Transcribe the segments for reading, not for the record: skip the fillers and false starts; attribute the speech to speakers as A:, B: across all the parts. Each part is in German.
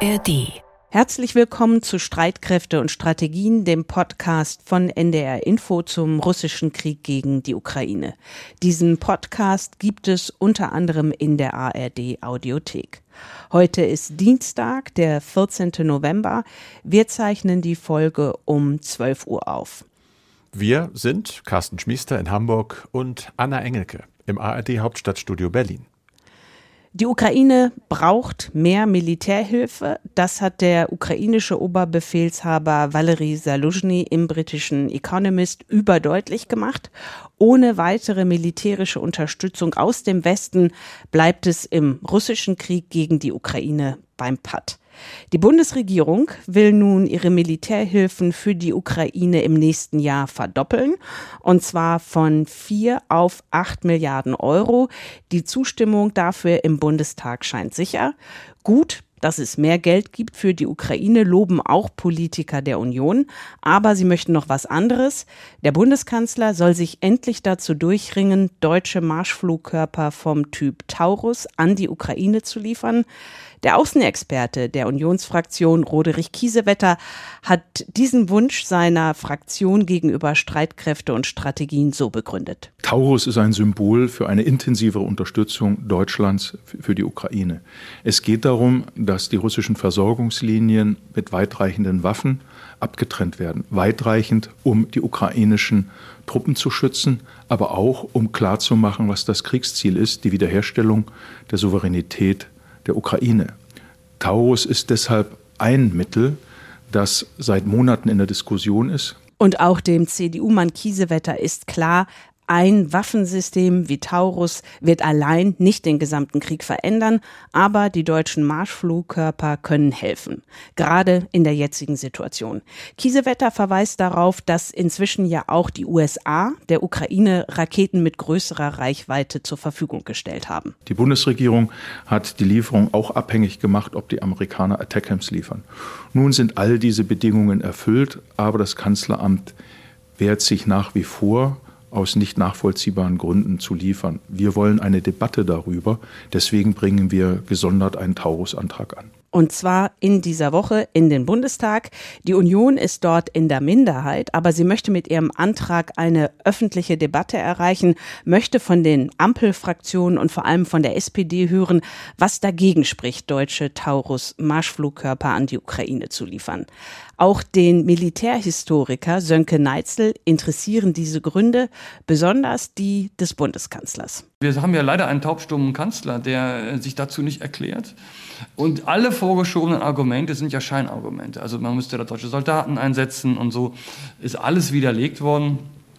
A: ARD.
B: Herzlich willkommen zu Streitkräfte und Strategien, dem Podcast von NDR Info zum russischen Krieg gegen die Ukraine. Diesen Podcast gibt es unter anderem in der ARD Audiothek. Heute ist Dienstag, der 14. November. Wir zeichnen die Folge um 12 Uhr auf.
C: Wir sind Carsten Schmiester in Hamburg und Anna Engelke im ARD Hauptstadtstudio Berlin.
B: Die Ukraine braucht mehr Militärhilfe. Das hat der ukrainische Oberbefehlshaber Valery Zaluzhny im britischen Economist überdeutlich gemacht. Ohne weitere militärische Unterstützung aus dem Westen bleibt es im russischen Krieg gegen die Ukraine beim Patt. Die Bundesregierung will nun ihre Militärhilfen für die Ukraine im nächsten Jahr verdoppeln, und zwar von 4 auf 8 Milliarden Euro. Die Zustimmung dafür im Bundestag scheint sicher. Gut, dass es mehr Geld gibt für die Ukraine, loben auch Politiker der Union. Aber sie möchten noch was anderes. Der Bundeskanzler soll sich endlich dazu durchringen, deutsche Marschflugkörper vom Typ Taurus an die Ukraine zu liefern. Der Außenexperte der Unionsfraktion Roderich Kiesewetter hat diesen Wunsch seiner Fraktion gegenüber Streitkräfte und Strategien so begründet.
D: Taurus ist ein Symbol für eine intensivere Unterstützung Deutschlands für die Ukraine. Es geht darum, dass die russischen Versorgungslinien mit weitreichenden Waffen abgetrennt werden. Weitreichend, um die ukrainischen Truppen zu schützen, aber auch um klarzumachen, was das Kriegsziel ist, die Wiederherstellung der Souveränität der Ukraine. Taurus ist deshalb ein Mittel, das seit Monaten in der Diskussion ist.
B: Und auch dem CDU-Mann Kiesewetter ist klar, ein Waffensystem wie Taurus wird allein nicht den gesamten Krieg verändern, aber die deutschen Marschflugkörper können helfen, gerade in der jetzigen Situation. Kiesewetter verweist darauf, dass inzwischen ja auch die USA der Ukraine Raketen mit größerer Reichweite zur Verfügung gestellt haben.
D: Die Bundesregierung hat die Lieferung auch abhängig gemacht, ob die Amerikaner Attackams liefern. Nun sind all diese Bedingungen erfüllt, aber das Kanzleramt wehrt sich nach wie vor, aus nicht nachvollziehbaren Gründen zu liefern. Wir wollen eine Debatte darüber, deswegen bringen wir gesondert einen Taurus-Antrag an.
B: Und zwar in dieser Woche in den Bundestag. Die Union ist dort in der Minderheit, aber sie möchte mit ihrem Antrag eine öffentliche Debatte erreichen, möchte von den Ampelfraktionen und vor allem von der SPD hören, was dagegen spricht, deutsche Taurus-Marschflugkörper an die Ukraine zu liefern. Auch den Militärhistoriker Sönke Neitzel interessieren diese Gründe, besonders die des Bundeskanzlers.
E: Wir haben ja leider einen taubstummen Kanzler, der sich dazu nicht erklärt. Und alle vorgeschobenen Argumente sind ja Scheinargumente. Also man müsste da deutsche Soldaten einsetzen und so ist alles widerlegt worden.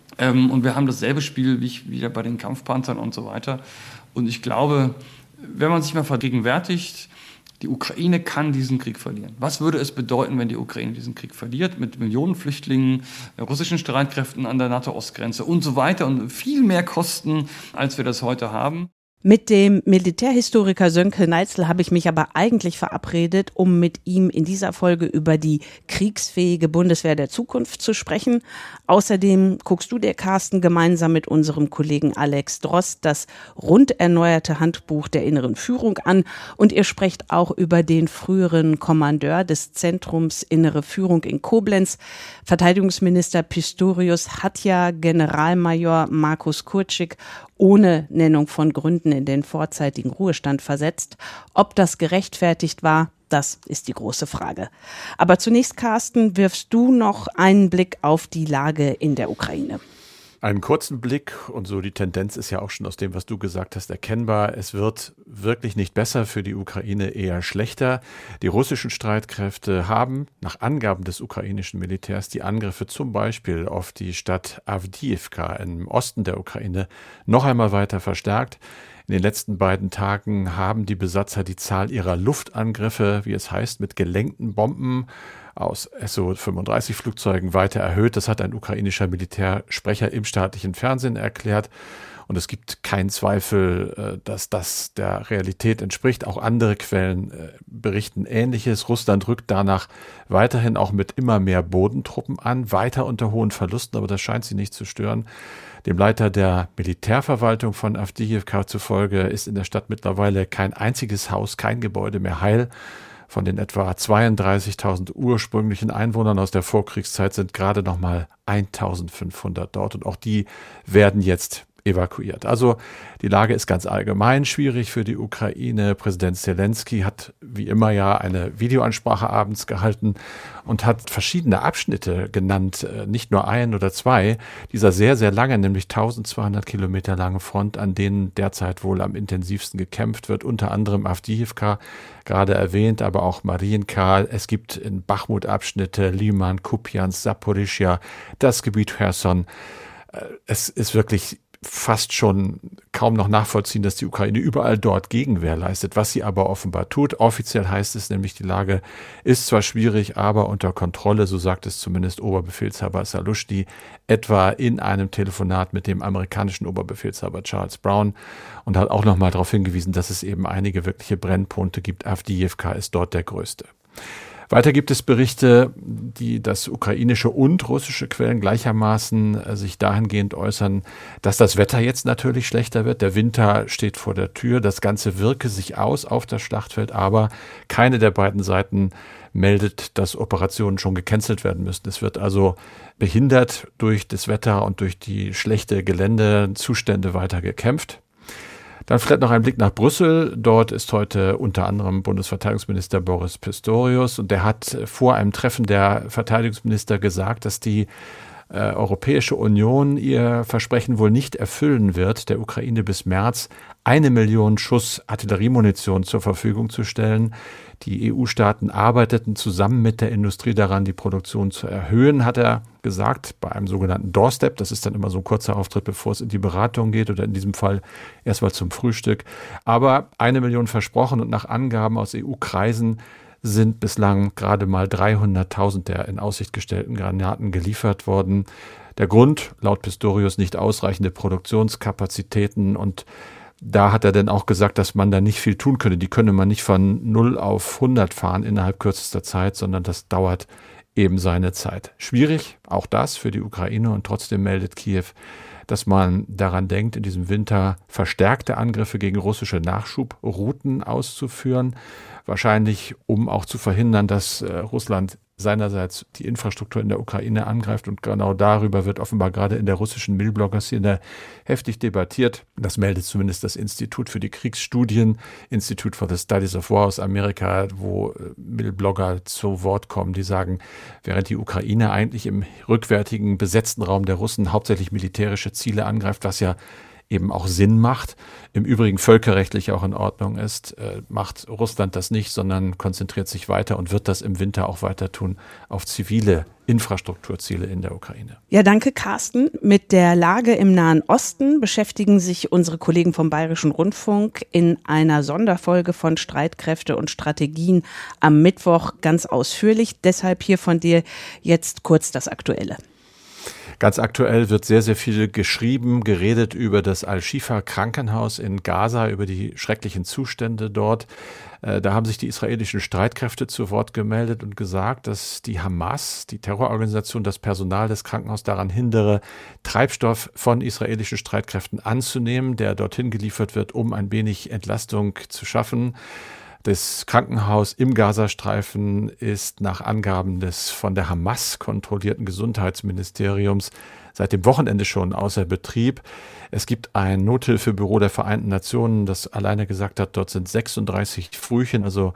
E: Und wir haben dasselbe Spiel wie wieder bei den Kampfpanzern und so weiter. Und ich glaube, wenn man sich mal vergegenwärtigt, die Ukraine kann diesen Krieg verlieren. Was würde es bedeuten, wenn die Ukraine diesen Krieg verliert, mit Millionen Flüchtlingen, russischen Streitkräften an der NATO-Ostgrenze und so weiter und viel mehr Kosten, als wir das heute haben?
B: Mit dem Militärhistoriker Sönke Neitzel habe ich mich aber eigentlich verabredet, um mit ihm in dieser Folge über die kriegsfähige Bundeswehr der Zukunft zu sprechen. Außerdem guckst du dir, Carsten, gemeinsam mit unserem Kollegen Alex Drost das rund erneuerte Handbuch der inneren Führung an und ihr sprecht auch über den früheren Kommandeur des Zentrums Innere Führung in Koblenz. Verteidigungsminister Pistorius hat ja Generalmajor Markus Kurczyk ohne Nennung von Gründen in den vorzeitigen Ruhestand versetzt. Ob das gerechtfertigt war, das ist die große Frage. Aber zunächst, Carsten, wirfst du noch einen Blick auf die Lage in der Ukraine.
C: Einen kurzen Blick, und so die Tendenz ist ja auch schon aus dem, was du gesagt hast, erkennbar. Es wird wirklich nicht besser für die Ukraine, eher schlechter. Die russischen Streitkräfte haben nach Angaben des ukrainischen Militärs die Angriffe zum Beispiel auf die Stadt Awdijiwka im Osten der Ukraine noch einmal weiter verstärkt. In den letzten beiden Tagen haben die Besatzer die Zahl ihrer Luftangriffe, wie es heißt, mit gelenkten Bomben aus Su-35-Flugzeugen weiter erhöht. Das hat ein ukrainischer Militärsprecher im staatlichen Fernsehen erklärt. Und es gibt keinen Zweifel, dass das der Realität entspricht. Auch andere Quellen berichten Ähnliches. Russland rückt danach weiterhin auch mit immer mehr Bodentruppen an, weiter unter hohen Verlusten, aber das scheint sie nicht zu stören. Dem Leiter der Militärverwaltung von Awdijiwka zufolge ist in der Stadt mittlerweile kein einziges Haus, kein Gebäude mehr heil. Von den etwa 32.000 ursprünglichen Einwohnern aus der Vorkriegszeit sind gerade noch mal 1.500 dort und auch die werden jetzt evakuiert. Also die Lage ist ganz allgemein schwierig für die Ukraine. Präsident Zelensky hat wie immer ja eine Videoansprache abends gehalten und hat verschiedene Abschnitte genannt, nicht nur ein oder zwei, dieser sehr, sehr lange, nämlich 1200 Kilometer lange Front, an denen derzeit wohl am intensivsten gekämpft wird, unter anderem Avdiivka, gerade erwähnt, aber auch Mariinka. Es gibt in Bachmut Abschnitte, Liman, Kupiansk, Saporischschja, das Gebiet Cherson. Es ist wirklich fast schon kaum noch nachvollziehen, dass die Ukraine überall dort Gegenwehr leistet, was sie aber offenbar tut. Offiziell heißt es nämlich, die Lage ist zwar schwierig, aber unter Kontrolle, so sagt es zumindest Oberbefehlshaber Salushny, etwa in einem Telefonat mit dem amerikanischen Oberbefehlshaber Charles Brown, und hat auch nochmal darauf hingewiesen, dass es eben einige wirkliche Brennpunkte gibt. Avdiivka ist dort der größte. Weiter gibt es Berichte, die das ukrainische und russische Quellen gleichermaßen sich dahingehend äußern, dass das Wetter jetzt natürlich schlechter wird. Der Winter steht vor der Tür. Das Ganze wirke sich aus auf das Schlachtfeld, aber keine der beiden Seiten meldet, dass Operationen schon gecancelt werden müssen. Es wird also behindert durch das Wetter und durch die schlechte Geländezustände weiter gekämpft. Dann vielleicht noch ein Blick nach Brüssel. Dort ist heute unter anderem Bundesverteidigungsminister Boris Pistorius und der hat vor einem Treffen der Verteidigungsminister gesagt, dass die Europäische Union ihr Versprechen wohl nicht erfüllen wird, der Ukraine bis März 1 Million Schuss Artilleriemunition zur Verfügung zu stellen. Die EU-Staaten arbeiteten zusammen mit der Industrie daran, die Produktion zu erhöhen, hat er gesagt, bei einem sogenannten Doorstep. Das ist dann immer so ein kurzer Auftritt, bevor es in die Beratung geht oder in diesem Fall erstmal zum Frühstück. Aber 1 Million versprochen und nach Angaben aus EU-Kreisen sind bislang gerade mal 300.000 der in Aussicht gestellten Granaten geliefert worden. Der Grund, laut Pistorius, nicht ausreichende Produktionskapazitäten, und da hat er dann auch gesagt, dass man da nicht viel tun könne. Die könne man nicht von 0 auf 100 fahren innerhalb kürzester Zeit, sondern das dauert eben seine Zeit. Schwierig, auch das für die Ukraine, und trotzdem meldet Kiew, dass man daran denkt, in diesem Winter verstärkte Angriffe gegen russische Nachschubrouten auszuführen. Wahrscheinlich, um auch zu verhindern, dass Russland seinerseits die Infrastruktur in der Ukraine angreift. Und genau darüber wird offenbar gerade in der russischen Milblogger-Szene heftig debattiert. Das meldet zumindest das Institut für die Kriegsstudien, Institute for the Studies of War aus Amerika, wo Milblogger zu Wort kommen, die sagen, während die Ukraine eigentlich im rückwärtigen besetzten Raum der Russen hauptsächlich militärische Ziele angreift, was ja eben auch Sinn macht, im Übrigen völkerrechtlich auch in Ordnung ist, macht Russland das nicht, sondern konzentriert sich weiter und wird das im Winter auch weiter tun auf zivile Infrastrukturziele in der Ukraine.
B: Ja, danke, Carsten. Mit der Lage im Nahen Osten beschäftigen sich unsere Kollegen vom Bayerischen Rundfunk in einer Sonderfolge von Streitkräfte und Strategien am Mittwoch ganz ausführlich. Deshalb hier von dir jetzt kurz das Aktuelle.
C: Ganz aktuell wird sehr, sehr viel geschrieben, geredet über das Al-Shifa-Krankenhaus in Gaza, über die schrecklichen Zustände dort. Da haben sich die israelischen Streitkräfte zu Wort gemeldet und gesagt, dass die Hamas, die Terrororganisation, das Personal des Krankenhauses daran hindere, Treibstoff von israelischen Streitkräften anzunehmen, der dorthin geliefert wird, um ein wenig Entlastung zu schaffen. Das Krankenhaus im Gazastreifen ist nach Angaben des von der Hamas kontrollierten Gesundheitsministeriums seit dem Wochenende schon außer Betrieb. Es gibt ein Nothilfebüro der Vereinten Nationen, das alleine gesagt hat, dort sind 36 Frühchen, also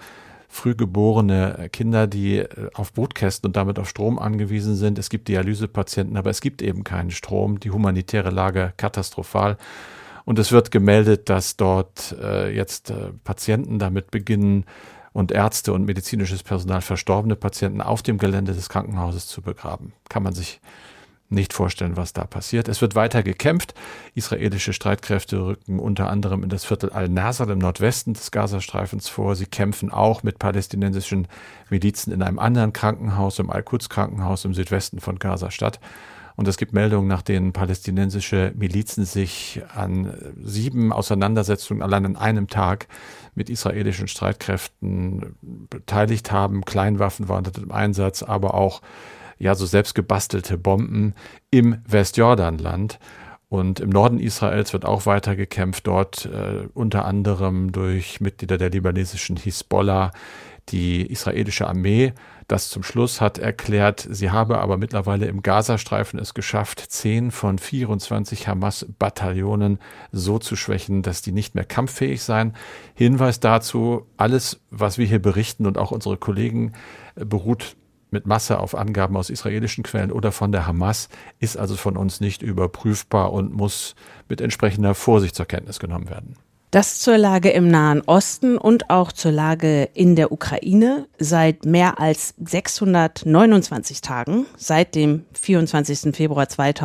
C: frühgeborene Kinder, die auf Brutkästen und damit auf Strom angewiesen sind. Es gibt Dialysepatienten, aber es gibt eben keinen Strom. Die humanitäre Lage katastrophal. Und es wird gemeldet, dass dort jetzt Patienten damit beginnen und Ärzte und medizinisches Personal verstorbene Patienten auf dem Gelände des Krankenhauses zu begraben. Kann man sich nicht vorstellen, was da passiert. Es wird weiter gekämpft. Israelische Streitkräfte rücken unter anderem in das Viertel Al-Nasr im Nordwesten des Gazastreifens vor. Sie kämpfen auch mit palästinensischen Milizen in einem anderen Krankenhaus, im Al-Quds-Krankenhaus im Südwesten von Gaza-Stadt. Und es gibt Meldungen, nach denen palästinensische Milizen sich an 7 Auseinandersetzungen allein an einem Tag mit israelischen Streitkräften beteiligt haben. Kleinwaffen waren dort im Einsatz, aber auch so selbst gebastelte Bomben im Westjordanland. Und im Norden Israels wird auch weiter gekämpft, dort unter anderem durch Mitglieder der libanesischen Hisbollah, die israelische Armee das zum Schluss hat erklärt, sie habe aber mittlerweile im Gazastreifen es geschafft, 10 von 24 Hamas-Bataillonen so zu schwächen, dass die nicht mehr kampffähig seien. Hinweis dazu, alles, was wir hier berichten und auch unsere Kollegen, beruht mit Masse auf Angaben aus israelischen Quellen oder von der Hamas, ist also von uns nicht überprüfbar und muss mit entsprechender Vorsicht zur Kenntnis genommen werden.
B: Das zur Lage im Nahen Osten und auch zur Lage in der Ukraine. Seit mehr als 629 Tagen, seit dem 24. Februar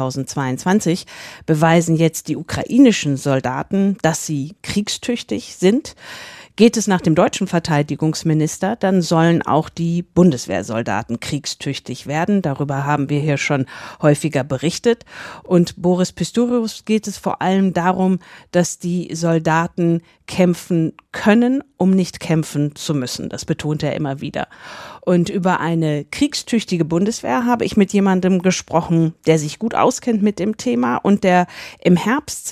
B: 2022, beweisen jetzt die ukrainischen Soldaten, dass sie kriegstüchtig sind. Geht es nach dem deutschen Verteidigungsminister, dann sollen auch die Bundeswehrsoldaten kriegstüchtig werden. Darüber haben wir hier schon häufiger berichtet. Und Boris Pistorius geht es vor allem darum, dass die Soldaten kämpfen können, um nicht kämpfen zu müssen. Das betont er immer wieder. Und über eine kriegstüchtige Bundeswehr habe ich mit jemandem gesprochen, der sich gut auskennt mit dem Thema und der im Herbst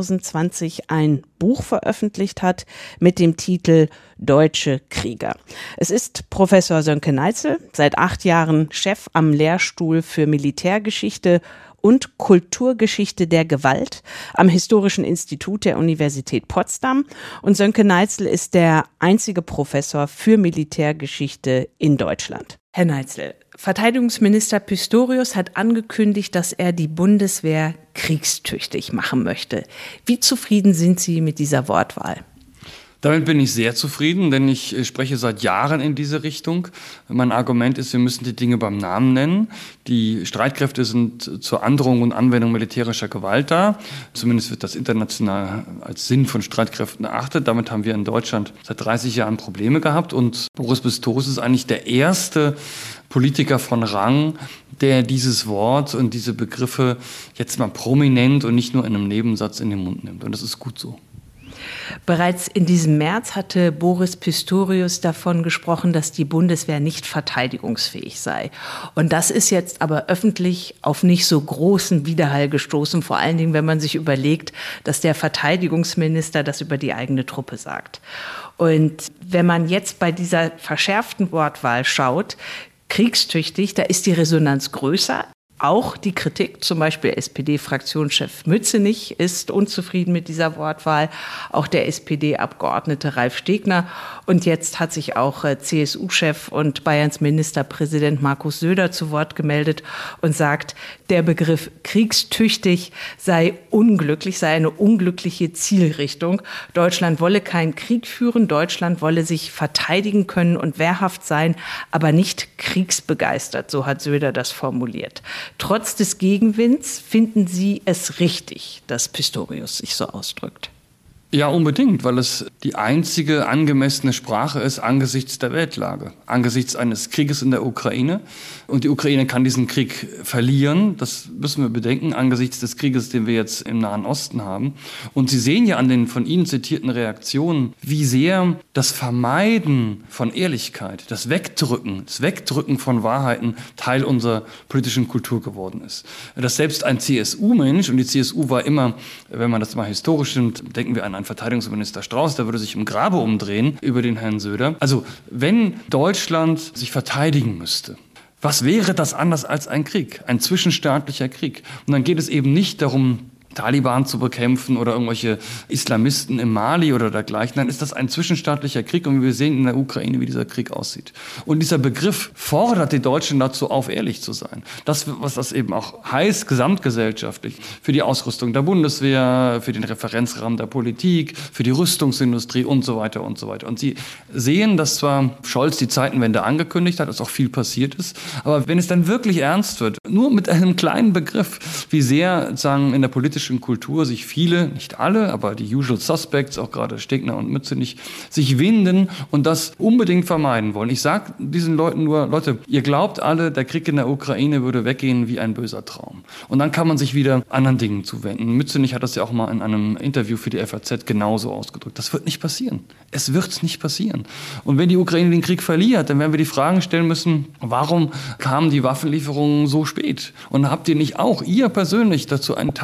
B: 2020 ein Buch veröffentlicht hat mit dem Titel Deutsche Krieger. Es ist Professor Sönke Neitzel, seit 8 Jahren Chef am Lehrstuhl für Militärgeschichte und Kulturgeschichte der Gewalt am Historischen Institut der Universität Potsdam. Und Sönke Neitzel ist der einzige Professor für Militärgeschichte in Deutschland. Herr Neitzel, Verteidigungsminister Pistorius hat angekündigt, dass er die Bundeswehr kriegstüchtig machen möchte. Wie zufrieden sind Sie mit dieser Wortwahl?
E: Damit bin ich sehr zufrieden, denn ich spreche seit Jahren in diese Richtung. Mein Argument ist, wir müssen die Dinge beim Namen nennen. Die Streitkräfte sind zur Androhung und Anwendung militärischer Gewalt da. Zumindest wird das international als Sinn von Streitkräften erachtet. Damit haben wir in Deutschland seit 30 Jahren Probleme gehabt. Und Boris Pistorius ist eigentlich der erste Politiker von Rang, der dieses Wort und diese Begriffe jetzt mal prominent und nicht nur in einem Nebensatz in den Mund nimmt. Und das ist gut so.
B: Bereits in diesem März hatte Boris Pistorius davon gesprochen, dass die Bundeswehr nicht verteidigungsfähig sei. Und das ist jetzt aber öffentlich auf nicht so großen Widerhall gestoßen, vor allen Dingen, wenn man sich überlegt, dass der Verteidigungsminister das über die eigene Truppe sagt. Und wenn man jetzt bei dieser verschärften Wortwahl schaut, kriegstüchtig, da ist die Resonanz größer. Auch die Kritik, zum Beispiel SPD-Fraktionschef Mützenich ist unzufrieden mit dieser Wortwahl, auch der SPD-Abgeordnete Ralf Stegner. Und jetzt hat sich auch CSU-Chef und Bayerns Ministerpräsident Markus Söder zu Wort gemeldet und sagt, der Begriff kriegstüchtig sei unglücklich, sei eine unglückliche Zielrichtung. Deutschland wolle keinen Krieg führen, Deutschland wolle sich verteidigen können und wehrhaft sein, aber nicht kriegsbegeistert, so hat Söder das formuliert. Trotz des Gegenwinds finden Sie es richtig, dass Pistorius sich so ausdrückt?
E: Ja, unbedingt, weil es die einzige angemessene Sprache ist angesichts der Weltlage, angesichts eines Krieges in der Ukraine. Und die Ukraine kann diesen Krieg verlieren, das müssen wir bedenken, angesichts des Krieges, den wir jetzt im Nahen Osten haben. Und Sie sehen ja an den von Ihnen zitierten Reaktionen, wie sehr das Vermeiden von Ehrlichkeit, das Wegdrücken von Wahrheiten Teil unserer politischen Kultur geworden ist. Dass selbst ein CSU-Mensch, und die CSU war immer, wenn man das mal historisch nimmt, denken wir an einen Verteidigungsminister Strauß, der würde sich im Grabe umdrehen über den Herrn Söder. Also wenn Deutschland sich verteidigen müsste, was wäre das anders als ein Krieg, ein zwischenstaatlicher Krieg? Und dann geht es eben nicht darum, Taliban zu bekämpfen oder irgendwelche Islamisten im Mali oder dergleichen, dann ist das ein zwischenstaatlicher Krieg und wir sehen in der Ukraine, wie dieser Krieg aussieht. Und dieser Begriff fordert die Deutschen dazu auf, ehrlich zu sein. Das, was das eben auch heißt, gesamtgesellschaftlich, für die Ausrüstung der Bundeswehr, für den Referenzrahmen der Politik, für die Rüstungsindustrie und so weiter und so weiter. Und Sie sehen, dass zwar Scholz die Zeitenwende angekündigt hat, dass auch viel passiert ist, aber wenn es dann wirklich ernst wird, nur mit einem kleinen Begriff, wie sehr sagen in der politischen Kultur sich viele, nicht alle, aber die Usual Suspects, auch gerade Stegner und Mützenich, sich winden und das unbedingt vermeiden wollen. Ich sage diesen Leuten nur, Leute, ihr glaubt alle, der Krieg in der Ukraine würde weggehen wie ein böser Traum. Und dann kann man sich wieder anderen Dingen zuwenden. Mützenich hat das ja auch mal in einem Interview für die FAZ genauso ausgedrückt. Das wird nicht passieren. Es wird nicht passieren. Und wenn die Ukraine den Krieg verliert, dann werden wir die Fragen stellen müssen, warum kamen die Waffenlieferungen so spät? Und habt ihr nicht auch, ihr persönlich, dazu einen Teil der Verantwortung?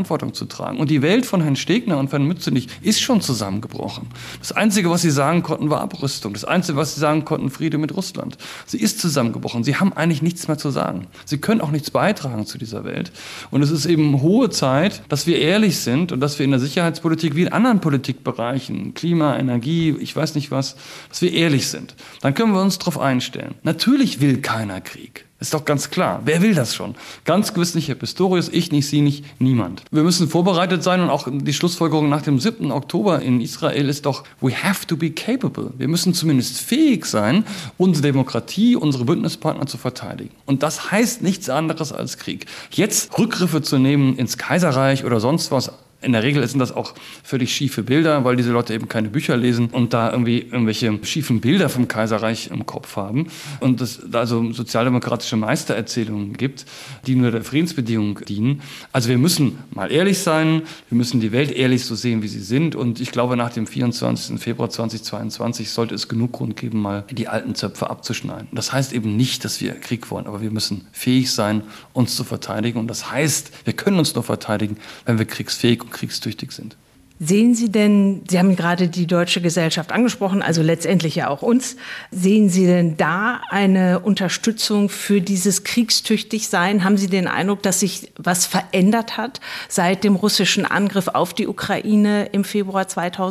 E: Verantwortung zu tragen. Und die Welt von Herrn Stegner und Herrn Mützenich ist schon zusammengebrochen. Das Einzige, was sie sagen konnten, war Abrüstung. Das Einzige, was sie sagen konnten, Friede mit Russland. Sie ist zusammengebrochen. Sie haben eigentlich nichts mehr zu sagen. Sie können auch nichts beitragen zu dieser Welt. Und es ist eben hohe Zeit, dass wir ehrlich sind und dass wir in der Sicherheitspolitik wie in anderen Politikbereichen, Klima, Energie, ich weiß nicht was, dass wir ehrlich sind. Dann können wir uns darauf einstellen. Natürlich will keiner Krieg. Ist doch ganz klar. Wer will das schon? Ganz gewiss nicht Herr Pistorius, ich nicht, Sie nicht, niemand. Wir müssen vorbereitet sein und auch die Schlussfolgerung nach dem 7. Oktober in Israel ist doch, we have to be capable. Wir müssen zumindest fähig sein, unsere Demokratie, unsere Bündnispartner zu verteidigen. Und das heißt nichts anderes als Krieg. Jetzt Rückgriffe zu nehmen ins Kaiserreich oder sonst was, in der Regel sind das auch völlig schiefe Bilder, weil diese Leute eben keine Bücher lesen und da irgendwie irgendwelche schiefen Bilder vom Kaiserreich im Kopf haben und es da also sozialdemokratische Meistererzählungen gibt, die nur der Friedensbedingung dienen. Also wir müssen mal ehrlich sein, wir müssen die Welt ehrlich so sehen, wie sie sind und ich glaube, nach dem 24. Februar 2022 sollte es genug Grund geben, mal die alten Zöpfe abzuschneiden. Das heißt eben nicht, dass wir Krieg wollen, aber wir müssen fähig sein, uns zu verteidigen und das heißt, wir können uns nur verteidigen, wenn wir kriegsfähig und kriegstüchtig sind.
B: Sehen Sie denn, Sie haben gerade die deutsche Gesellschaft angesprochen, also letztendlich ja auch uns, sehen Sie denn da eine Unterstützung für dieses Kriegstüchtigsein? Haben Sie den Eindruck, dass sich was verändert hat seit dem russischen Angriff auf die Ukraine im Februar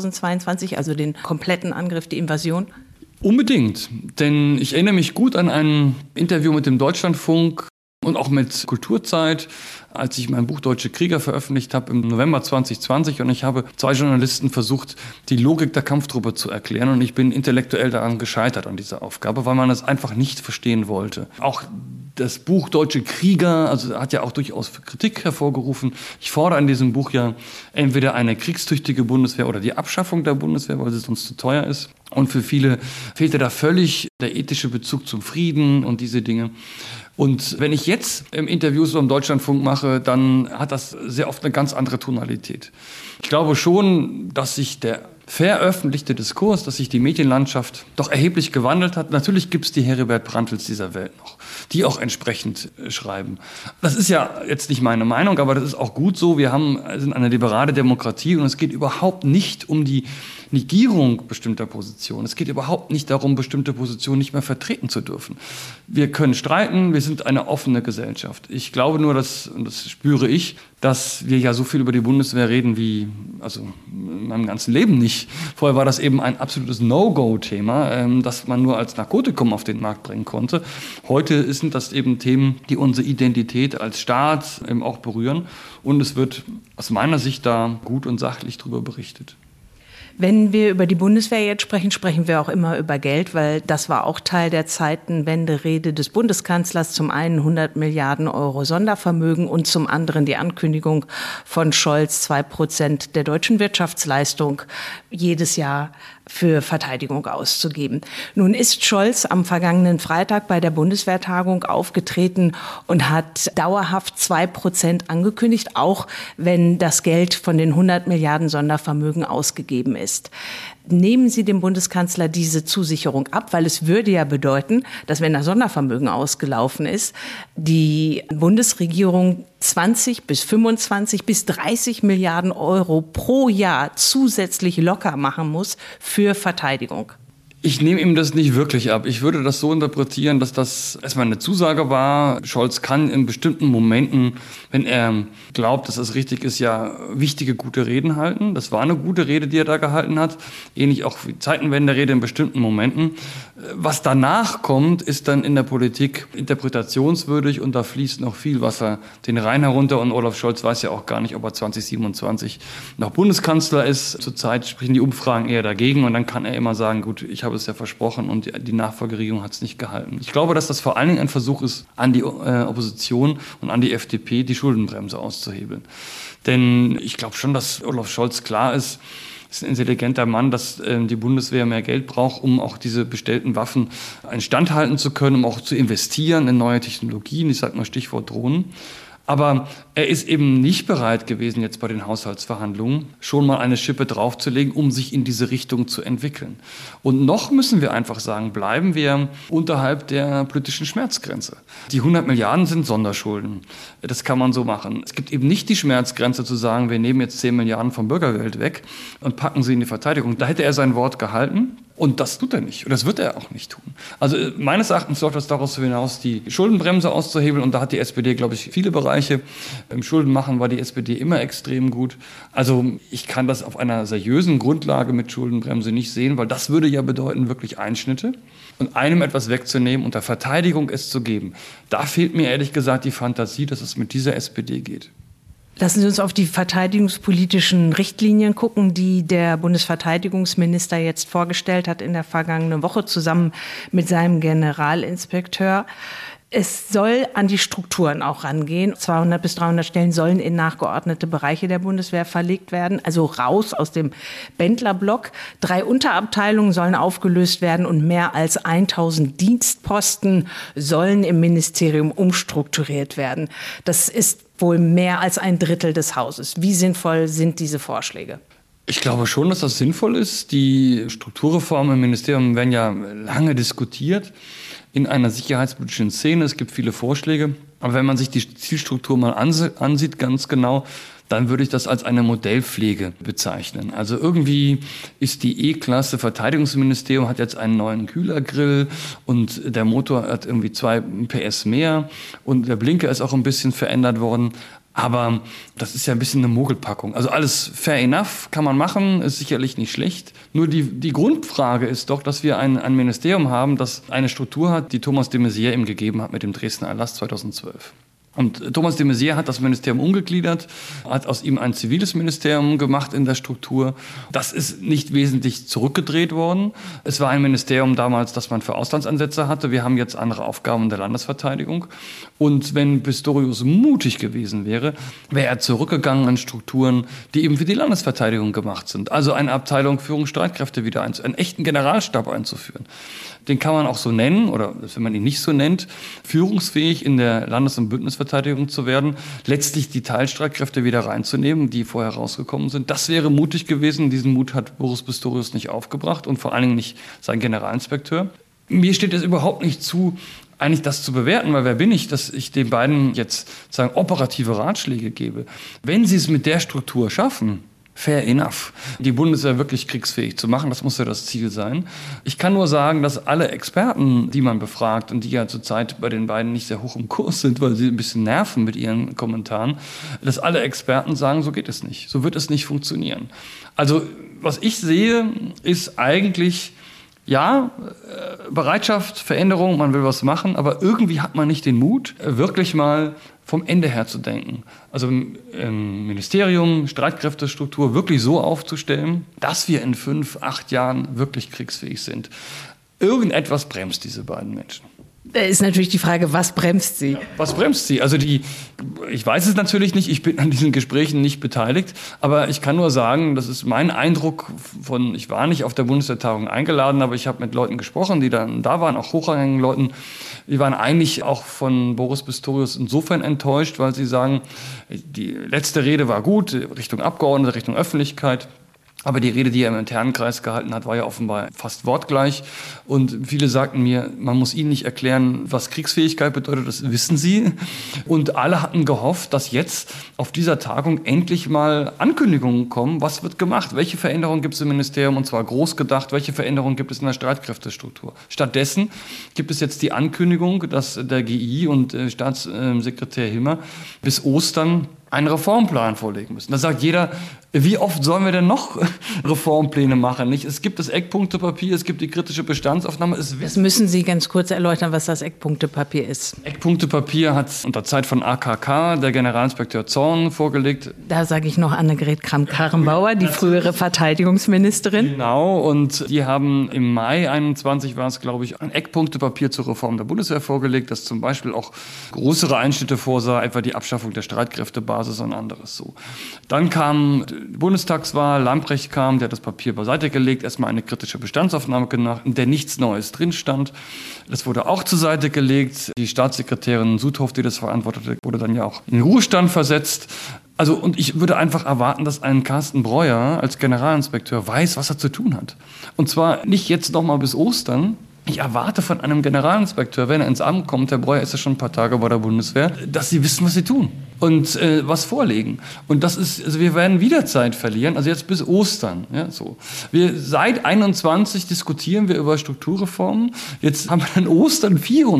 B: 2022, also den kompletten Angriff, die Invasion?
E: Unbedingt, denn ich erinnere mich gut an ein Interview mit dem Deutschlandfunk und auch mit Kulturzeit, als ich mein Buch Deutsche Krieger veröffentlicht habe im November 2020 und ich habe 2 Journalisten versucht, die Logik der Kampftruppe zu erklären und ich bin intellektuell daran gescheitert an dieser Aufgabe, weil man es einfach nicht verstehen wollte. Auch das Buch Deutsche Krieger, also hat ja auch durchaus Kritik hervorgerufen. Ich fordere in diesem Buch ja entweder eine kriegstüchtige Bundeswehr oder die Abschaffung der Bundeswehr, weil sie sonst zu teuer ist. Und für viele fehlte da völlig der ethische Bezug zum Frieden und diese Dinge. Und wenn ich jetzt Interviews beim Deutschlandfunk mache, dann hat das sehr oft eine ganz andere Tonalität. Ich glaube schon, dass sich der veröffentlichte Diskurs, dass sich die Medienlandschaft doch erheblich gewandelt hat. Natürlich gibt es die Heribert Brandtels dieser Welt noch, die auch entsprechend schreiben. Das ist ja jetzt nicht meine Meinung, aber das ist auch gut so. Wir sind eine liberale Demokratie und es geht überhaupt nicht um die Negierung bestimmter Positionen. Es geht überhaupt nicht darum, bestimmte Positionen nicht mehr vertreten zu dürfen. Wir können streiten, wir sind eine offene Gesellschaft. Ich glaube nur, und das spüre ich, dass wir ja so viel über die Bundeswehr reden wie, also in meinem ganzen Leben nicht. Vorher war das eben ein absolutes No-Go-Thema, das man nur als Narkotikum auf den Markt bringen konnte. Heute sind das eben Themen, die unsere Identität als Staat eben auch berühren. Und es wird aus meiner Sicht da gut und sachlich drüber berichtet.
B: Wenn wir über die Bundeswehr jetzt sprechen, sprechen wir auch immer über Geld, weil das war auch Teil der Zeitenwende-Rede des Bundeskanzlers. Zum einen 100 Milliarden Euro Sondervermögen und zum anderen die Ankündigung von Scholz, 2% der deutschen Wirtschaftsleistung jedes Jahr für Verteidigung auszugeben. Nun ist Scholz am vergangenen Freitag bei der Bundeswehrtagung aufgetreten und hat dauerhaft 2% angekündigt, auch wenn das Geld von den 100 Milliarden Sondervermögen ausgegeben ist. Nehmen Sie dem Bundeskanzler diese Zusicherung ab, weil es würde ja bedeuten, dass wenn das Sondervermögen ausgelaufen ist, die Bundesregierung 20 bis 25 bis 30 Milliarden Euro pro Jahr zusätzlich locker machen muss für Verteidigung.
E: Ich nehme ihm das nicht wirklich ab. Ich würde das so interpretieren, dass das erstmal eine Zusage war. Scholz kann in bestimmten Momenten, wenn er glaubt, dass das richtig ist, ja wichtige, gute Reden halten. Das war eine gute Rede, die er da gehalten hat. Ähnlich auch wie Zeitenwende-Rede in bestimmten Momenten. Was danach kommt, ist dann in der Politik interpretationswürdig und da fließt noch viel Wasser den Rhein herunter. Und Olaf Scholz weiß ja auch gar nicht, ob er 2027 noch Bundeskanzler ist. Zurzeit sprechen die Umfragen eher dagegen und dann kann er immer sagen, gut, ich habe es ja versprochen und die Nachfolgeregierung hat es nicht gehalten. Ich glaube, dass das vor allen Dingen ein Versuch ist, an die Opposition und an die FDP die Schuldenbremse auszuhebeln. Denn ich glaube schon, dass Olaf Scholz klar ist ein intelligenter Mann, dass die Bundeswehr mehr Geld braucht, um auch diese bestellten Waffen instand halten zu können, um auch zu investieren in neue Technologien. Ich sage mal Stichwort Drohnen. Aber er ist eben nicht bereit gewesen, jetzt bei den Haushaltsverhandlungen schon mal eine Schippe draufzulegen, um sich in diese Richtung zu entwickeln. Und noch müssen wir einfach sagen, bleiben wir unterhalb der politischen Schmerzgrenze. Die 100 Milliarden sind Sonderschulden. Das kann man so machen. Es gibt eben nicht die Schmerzgrenze zu sagen, wir nehmen jetzt 10 Milliarden vom Bürgergeld weg und packen sie in die Verteidigung. Da hätte er sein Wort gehalten. Und das tut er nicht. Und das wird er auch nicht tun. Also meines Erachtens läuft das daraus hinaus, die Schuldenbremse auszuhebeln. Und da hat die SPD, glaube ich, viele Bereiche. Im Schuldenmachen war die SPD immer extrem gut. Also ich kann das auf einer seriösen Grundlage mit Schuldenbremse nicht sehen, weil das würde ja bedeuten, wirklich Einschnitte. Und einem etwas wegzunehmen und der Verteidigung es zu geben. Da fehlt mir ehrlich gesagt die Fantasie, dass es mit dieser SPD geht.
B: Lassen Sie uns auf die verteidigungspolitischen Richtlinien gucken, die der Bundesverteidigungsminister jetzt vorgestellt hat in der vergangenen Woche zusammen mit seinem Generalinspekteur. Es soll an die Strukturen auch rangehen. 200 bis 300 Stellen sollen in nachgeordnete Bereiche der Bundeswehr verlegt werden, also raus aus dem Bändlerblock. 3 Unterabteilungen sollen aufgelöst werden und mehr als 1000 Dienstposten sollen im Ministerium umstrukturiert werden. Das ist wohl mehr als ein Drittel des Hauses. Wie sinnvoll sind diese Vorschläge?
E: Ich glaube schon, dass das sinnvoll ist. Die Strukturreformen im Ministerium werden ja lange diskutiert in einer sicherheitspolitischen Szene. Es gibt viele Vorschläge. Aber wenn man sich die Zielstruktur mal ansieht, ganz genau, dann würde ich das als eine Modellpflege bezeichnen. Also irgendwie ist die E-Klasse Verteidigungsministerium hat jetzt einen neuen Kühlergrill und der Motor hat irgendwie 2 PS mehr und der Blinker ist auch ein bisschen verändert worden. Aber das ist ja ein bisschen eine Mogelpackung. Also alles fair enough, kann man machen, ist sicherlich nicht schlecht. Nur die Grundfrage ist doch, dass wir ein Ministerium haben, das eine Struktur hat, die Thomas de Maizière ihm gegeben hat mit dem Dresdner Erlass 2012. Und Thomas de Maizière hat das Ministerium umgegliedert, hat aus ihm ein ziviles Ministerium gemacht in der Struktur. Das ist nicht wesentlich zurückgedreht worden. Es war ein Ministerium damals, das man für Auslandseinsätze hatte. Wir haben jetzt andere Aufgaben in der Landesverteidigung. Und wenn Pistorius mutig gewesen wäre, wäre er zurückgegangen in Strukturen, die eben für die Landesverteidigung gemacht sind. Also eine Abteilung Führungsstreitkräfte wieder einen echten Generalstab einzuführen. Den kann man auch so nennen, oder wenn man ihn nicht so nennt, führungsfähig in der Landes- und Bündnisverteidigung zu werden, letztlich die Teilstreitkräfte wieder reinzunehmen, die vorher rausgekommen sind. Das wäre mutig gewesen. Diesen Mut hat Boris Pistorius nicht aufgebracht und vor allen Dingen nicht sein Generalinspekteur. Mir steht es überhaupt nicht zu, eigentlich das zu bewerten, weil wer bin ich, dass ich den beiden jetzt sagen operative Ratschläge gebe. Wenn sie es mit der Struktur schaffen, fair enough, die Bundeswehr wirklich kriegsfähig zu machen, das muss ja das Ziel sein. Ich kann nur sagen, dass alle Experten, die man befragt und die ja zurzeit bei den beiden nicht sehr hoch im Kurs sind, weil sie ein bisschen nerven mit ihren Kommentaren, dass alle Experten sagen, so geht es nicht, so wird es nicht funktionieren. Also was ich sehe, ist eigentlich Bereitschaft, Veränderung, man will was machen, aber irgendwie hat man nicht den Mut, wirklich mal vom Ende her zu denken. Also im Ministerium, Streitkräftestruktur wirklich so aufzustellen, dass wir in 5, 8 Jahren wirklich kriegsfähig sind. Irgendetwas bremst diese beiden Menschen.
B: Da ist natürlich die Frage, was bremst sie?
E: Was bremst sie? Also ich weiß es natürlich nicht, ich bin an diesen Gesprächen nicht beteiligt, aber ich kann nur sagen, das ist mein Eindruck ich war nicht auf der Bundestagung eingeladen, aber ich habe mit Leuten gesprochen, die dann da waren, auch hochrangigen Leuten, die waren eigentlich auch von Boris Pistorius insofern enttäuscht, weil sie sagen, die letzte Rede war gut, Richtung Abgeordnete, Richtung Öffentlichkeit. Aber die Rede, die er im internen Kreis gehalten hat, war ja offenbar fast wortgleich. Und viele sagten mir, man muss ihnen nicht erklären, was Kriegsfähigkeit bedeutet, das wissen sie. Und alle hatten gehofft, dass jetzt auf dieser Tagung endlich mal Ankündigungen kommen, was wird gemacht, welche Veränderungen gibt es im Ministerium, und zwar groß gedacht, welche Veränderungen gibt es in der Streitkräftestruktur. Stattdessen gibt es jetzt die Ankündigung, dass der GI und Staatssekretär Hilmer bis Ostern einen Reformplan vorlegen müssen. Da sagt jeder, wie oft sollen wir denn noch Reformpläne machen? Nicht? Es gibt das Eckpunktepapier, es gibt die kritische Bestandsaufnahme.
B: Das müssen Sie ganz kurz erläutern, was das Eckpunktepapier ist.
E: Eckpunktepapier hat unter Zeit von AKK der Generalinspekteur Zorn vorgelegt.
B: Da sage ich noch Annegret Kramp-Karrenbauer, die frühere Verteidigungsministerin.
E: Genau, und die haben im Mai 21 war es, glaube ich, ein Eckpunktepapier zur Reform der Bundeswehr vorgelegt, das zum Beispiel auch größere Einschnitte vorsah, etwa die Abschaffung der Streitkräftebasis Phase so ein anderes so. Dann kam die Bundestagswahl, Lambrecht kam, der hat das Papier beiseite gelegt, erstmal eine kritische Bestandsaufnahme gemacht, in der nichts Neues drin stand. Das wurde auch zur Seite gelegt. Die Staatssekretärin Sudhoff, die das verantwortete, wurde dann ja auch in den Ruhestand versetzt. Also, und ich würde einfach erwarten, dass ein Carsten Breuer als Generalinspekteur weiß, was er zu tun hat. Und zwar nicht jetzt noch mal bis Ostern. Ich erwarte von einem Generalinspekteur, wenn er ins Amt kommt, Herr Breuer ist ja schon ein paar Tage bei der Bundeswehr, dass sie wissen, was sie tun und was vorlegen. Und das ist, also wir werden wieder Zeit verlieren, also jetzt bis Ostern. Ja, so. Seit 21 diskutieren wir über Strukturreformen, jetzt haben wir dann Ostern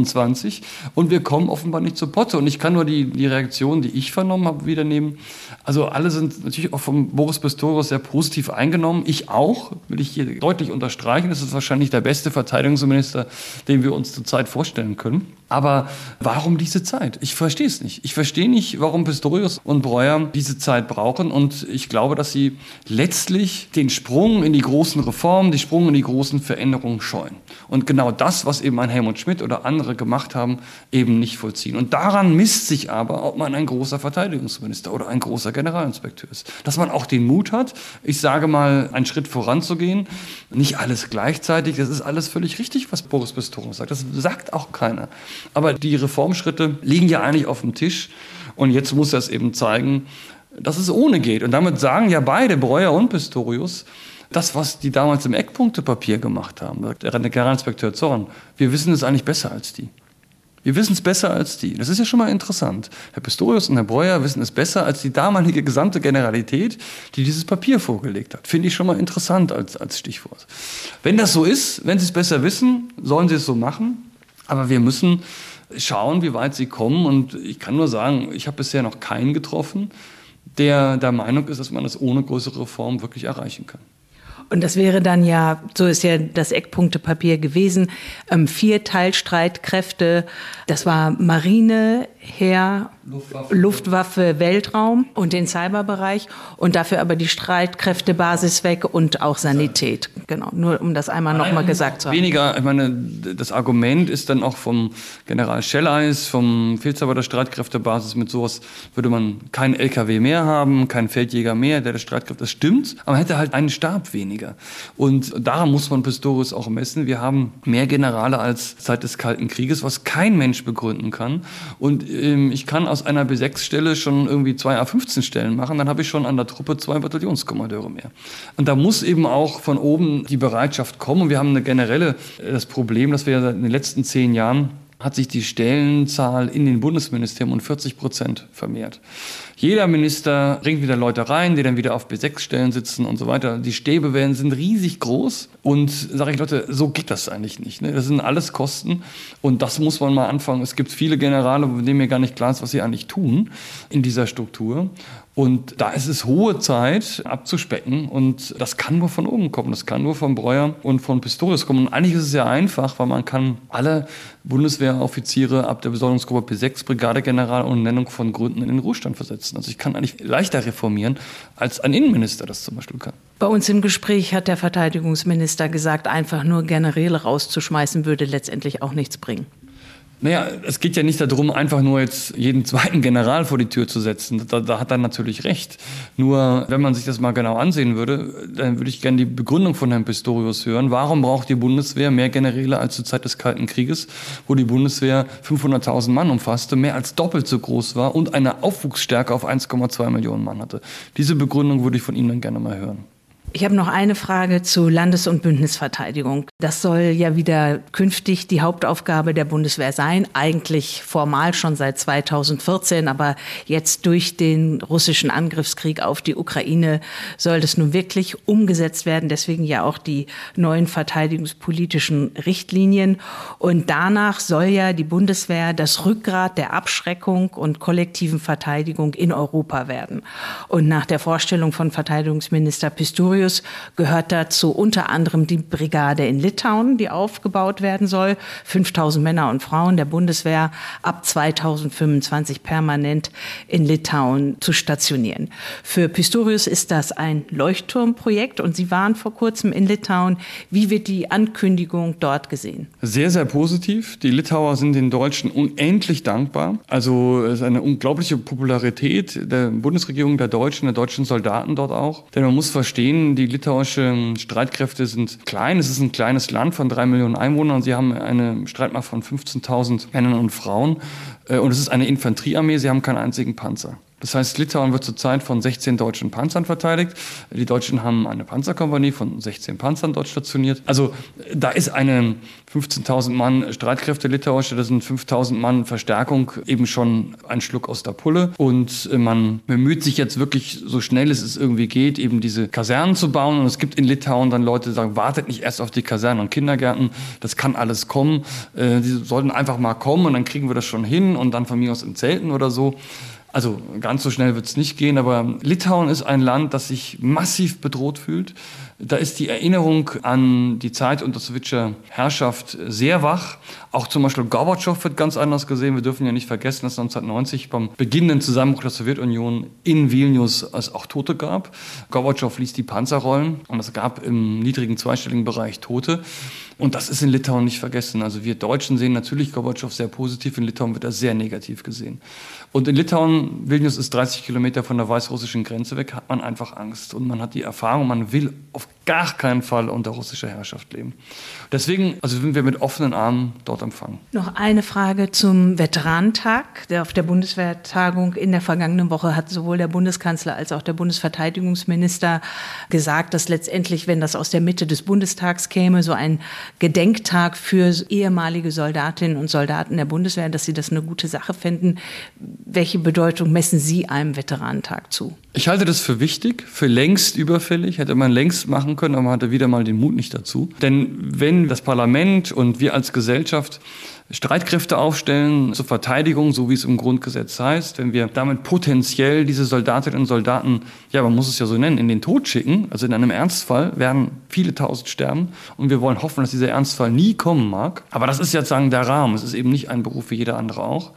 E: 24 und wir kommen offenbar nicht zur Potte. Und ich kann nur die Reaktion, die ich vernommen habe, wiedernehmen. Also alle sind natürlich auch von Boris Pistorius sehr positiv eingenommen. Ich auch, will ich hier deutlich unterstreichen. Das ist wahrscheinlich der beste Verteidigungsminister, den wir uns zurzeit vorstellen können. Aber warum diese Zeit? Ich verstehe es nicht. Ich verstehe nicht, warum Pistorius und Breuer diese Zeit brauchen. Und ich glaube, dass sie letztlich den Sprung in die großen Reformen, den Sprung in die großen Veränderungen scheuen. Und genau das, was eben ein Helmut Schmidt oder andere gemacht haben, eben nicht vollziehen. Und daran misst sich aber, ob man ein großer Verteidigungsminister oder ein großer Generalinspekteur ist. Dass man auch den Mut hat, ich sage mal, einen Schritt voranzugehen. Nicht alles gleichzeitig, das ist alles völlig richtig, was Boris Pistorius sagt. Das sagt auch keiner. Aber die Reformschritte liegen ja eigentlich auf dem Tisch. Und jetzt muss er es eben zeigen, dass es ohne geht. Und damit sagen ja beide, Breuer und Pistorius, das, was die damals im Eckpunktepapier gemacht haben, der Generalinspekteur Zorn, wir wissen es eigentlich besser als die. Wir wissen es besser als die. Das ist ja schon mal interessant. Herr Pistorius und Herr Breuer wissen es besser als die damalige gesamte Generalität, die dieses Papier vorgelegt hat. Finde ich schon mal interessant als Stichwort. Wenn das so ist, wenn sie es besser wissen, sollen sie es so machen. Aber wir müssen schauen, wie weit sie kommen. Und ich kann nur sagen, ich habe bisher noch keinen getroffen, der der Meinung ist, dass man das ohne größere Reform wirklich erreichen kann.
B: Und das wäre dann ja, so ist ja das Eckpunktepapier gewesen, 4 Teilstreitkräfte. Das war Marine, Heer, Luftwaffe, Weltraum und den Cyberbereich. Und dafür aber die Streitkräftebasis weg und auch Sanität. Genau, nur um das einmal nochmal gesagt zu haben.
E: Weniger, ich meine, das Argument ist dann auch vom General Schelleis, vom Befehlshaber der Streitkräftebasis, mit sowas würde man keinen LKW mehr haben, keinen Feldjäger mehr, der Streitkräfte, das stimmt, aber man hätte halt einen Stab weniger. Und daran muss man Pistorius auch messen. Wir haben mehr Generale als seit des Kalten Krieges, was kein Mensch begründen kann. Und ich kann aus einer B6-Stelle schon irgendwie 2 A15-Stellen machen, dann habe ich schon an der Truppe 2 Bataillonskommandeure mehr. Und da muss eben auch von oben die Bereitschaft kommen. Und wir haben eine generelle das Problem, dass wir in den letzten 10 Jahren hat sich die Stellenzahl in den Bundesministerien um 40% vermehrt. Jeder Minister bringt wieder Leute rein, die dann wieder auf B6-Stellen sitzen und so weiter. Die Stäbe sind riesig groß und sage ich, Leute, so geht das eigentlich nicht. Ne? Das sind alles Kosten und das muss man mal anfangen. Es gibt viele Generale, von denen mir gar nicht klar ist, was sie eigentlich tun in dieser Struktur. Und da ist es hohe Zeit abzuspecken und das kann nur von oben kommen, das kann nur von Breuer und von Pistorius kommen. Und eigentlich ist es ja einfach, weil man kann alle Bundeswehroffiziere ab der Besoldungsgruppe P6, Brigadegeneral und Nennung von Gründen in den Ruhestand versetzen. Also ich kann eigentlich leichter reformieren, als ein Innenminister das zum Beispiel kann.
B: Bei uns im Gespräch hat der Verteidigungsminister gesagt, einfach nur Generäle rauszuschmeißen, würde letztendlich auch nichts bringen.
E: Naja, es geht ja nicht darum, einfach nur jetzt jeden zweiten General vor die Tür zu setzen. Da hat er natürlich recht. Nur, wenn man sich das mal genau ansehen würde, dann würde ich gerne die Begründung von Herrn Pistorius hören. Warum braucht die Bundeswehr mehr Generäle als zur Zeit des Kalten Krieges, wo die Bundeswehr 500.000 Mann umfasste, mehr als doppelt so groß war und eine Aufwuchsstärke auf 1,2 Millionen Mann hatte? Diese Begründung würde ich von Ihnen dann gerne mal hören.
B: Ich habe noch eine Frage zu Landes- und Bündnisverteidigung. Das soll ja wieder künftig die Hauptaufgabe der Bundeswehr sein. Eigentlich formal schon seit 2014, aber jetzt durch den russischen Angriffskrieg auf die Ukraine soll das nun wirklich umgesetzt werden. Deswegen ja auch die neuen verteidigungspolitischen Richtlinien. Und danach soll ja die Bundeswehr das Rückgrat der Abschreckung und kollektiven Verteidigung in Europa werden. Und nach der Vorstellung von Verteidigungsminister Pistorius Pistorius gehört dazu unter anderem die Brigade in Litauen, die aufgebaut werden soll. 5000 Männer und Frauen der Bundeswehr ab 2025 permanent in Litauen zu stationieren. Für Pistorius ist das ein Leuchtturmprojekt und Sie waren vor kurzem in Litauen. Wie wird die Ankündigung dort gesehen?
E: Sehr, sehr positiv. Die Litauer sind den Deutschen unendlich dankbar. Also es ist eine unglaubliche Popularität der Bundesregierung, der deutschen Soldaten dort auch. Denn man muss verstehen, die litauischen Streitkräfte sind klein. Es ist ein kleines Land von 3 Millionen Einwohnern und sie haben eine Streitmacht von 15.000 Männern und Frauen. Und es ist eine Infanteriearmee, sie haben keinen einzigen Panzer. Das heißt, Litauen wird zurzeit von 16 deutschen Panzern verteidigt. Die Deutschen haben eine Panzerkompanie von 16 Panzern dort stationiert. Also da ist eine 15.000 Mann Streitkräfte litauische, das sind 5.000 Mann Verstärkung, eben schon ein Schluck aus der Pulle. Und man bemüht sich jetzt wirklich, so schnell es irgendwie geht, eben diese Kasernen zu bauen. Und es gibt in Litauen dann Leute, die sagen, wartet nicht erst auf die Kasernen und Kindergärten, das kann alles kommen. Die sollten einfach mal kommen und dann kriegen wir das schon hin und dann von mir aus in Zelten oder so. Also ganz so schnell wird es nicht gehen, aber Litauen ist ein Land, das sich massiv bedroht fühlt. Da ist die Erinnerung an die Zeit unter sowjetischer Herrschaft sehr wach. Auch zum Beispiel Gorbatschow wird ganz anders gesehen. Wir dürfen ja nicht vergessen, dass 1990 beim beginnenden Zusammenbruch der Sowjetunion in Vilnius es auch Tote gab. Gorbatschow ließ die Panzer rollen und es gab im niedrigen zweistelligen Bereich Tote. Und das ist in Litauen nicht vergessen. Also wir Deutschen sehen natürlich Gorbatschow sehr positiv, in Litauen wird er sehr negativ gesehen. Und in Litauen, Vilnius ist 30 Kilometer von der weißrussischen Grenze weg, hat man einfach Angst. Und man hat die Erfahrung, man will auf gar keinen Fall unter russischer Herrschaft leben. Deswegen sind wir mit offenen Armen dort empfangen.
B: Noch eine Frage zum Veteranentag. Auf der Bundeswehrtagung in der vergangenen Woche hat sowohl der Bundeskanzler als auch der Bundesverteidigungsminister gesagt, dass letztendlich, wenn das aus der Mitte des Bundestags käme, so ein Gedenktag für ehemalige Soldatinnen und Soldaten der Bundeswehr, dass sie das eine gute Sache finden. Welche Bedeutung messen Sie einem Veteranentag zu?
E: Ich halte das für wichtig, für längst überfällig. Hätte man längst machen können, aber man hatte wieder mal den Mut nicht dazu. Denn wenn das Parlament und wir als Gesellschaft Streitkräfte aufstellen zur Verteidigung, so wie es im Grundgesetz heißt, wenn wir damit potenziell diese Soldatinnen und Soldaten, ja, man muss es ja so nennen, in den Tod schicken, also in einem Ernstfall werden viele tausend sterben und wir wollen hoffen, dass dieser Ernstfall nie kommen mag. Aber das ist jetzt sagen der Rahmen, es ist eben nicht ein Beruf wie jeder andere auch.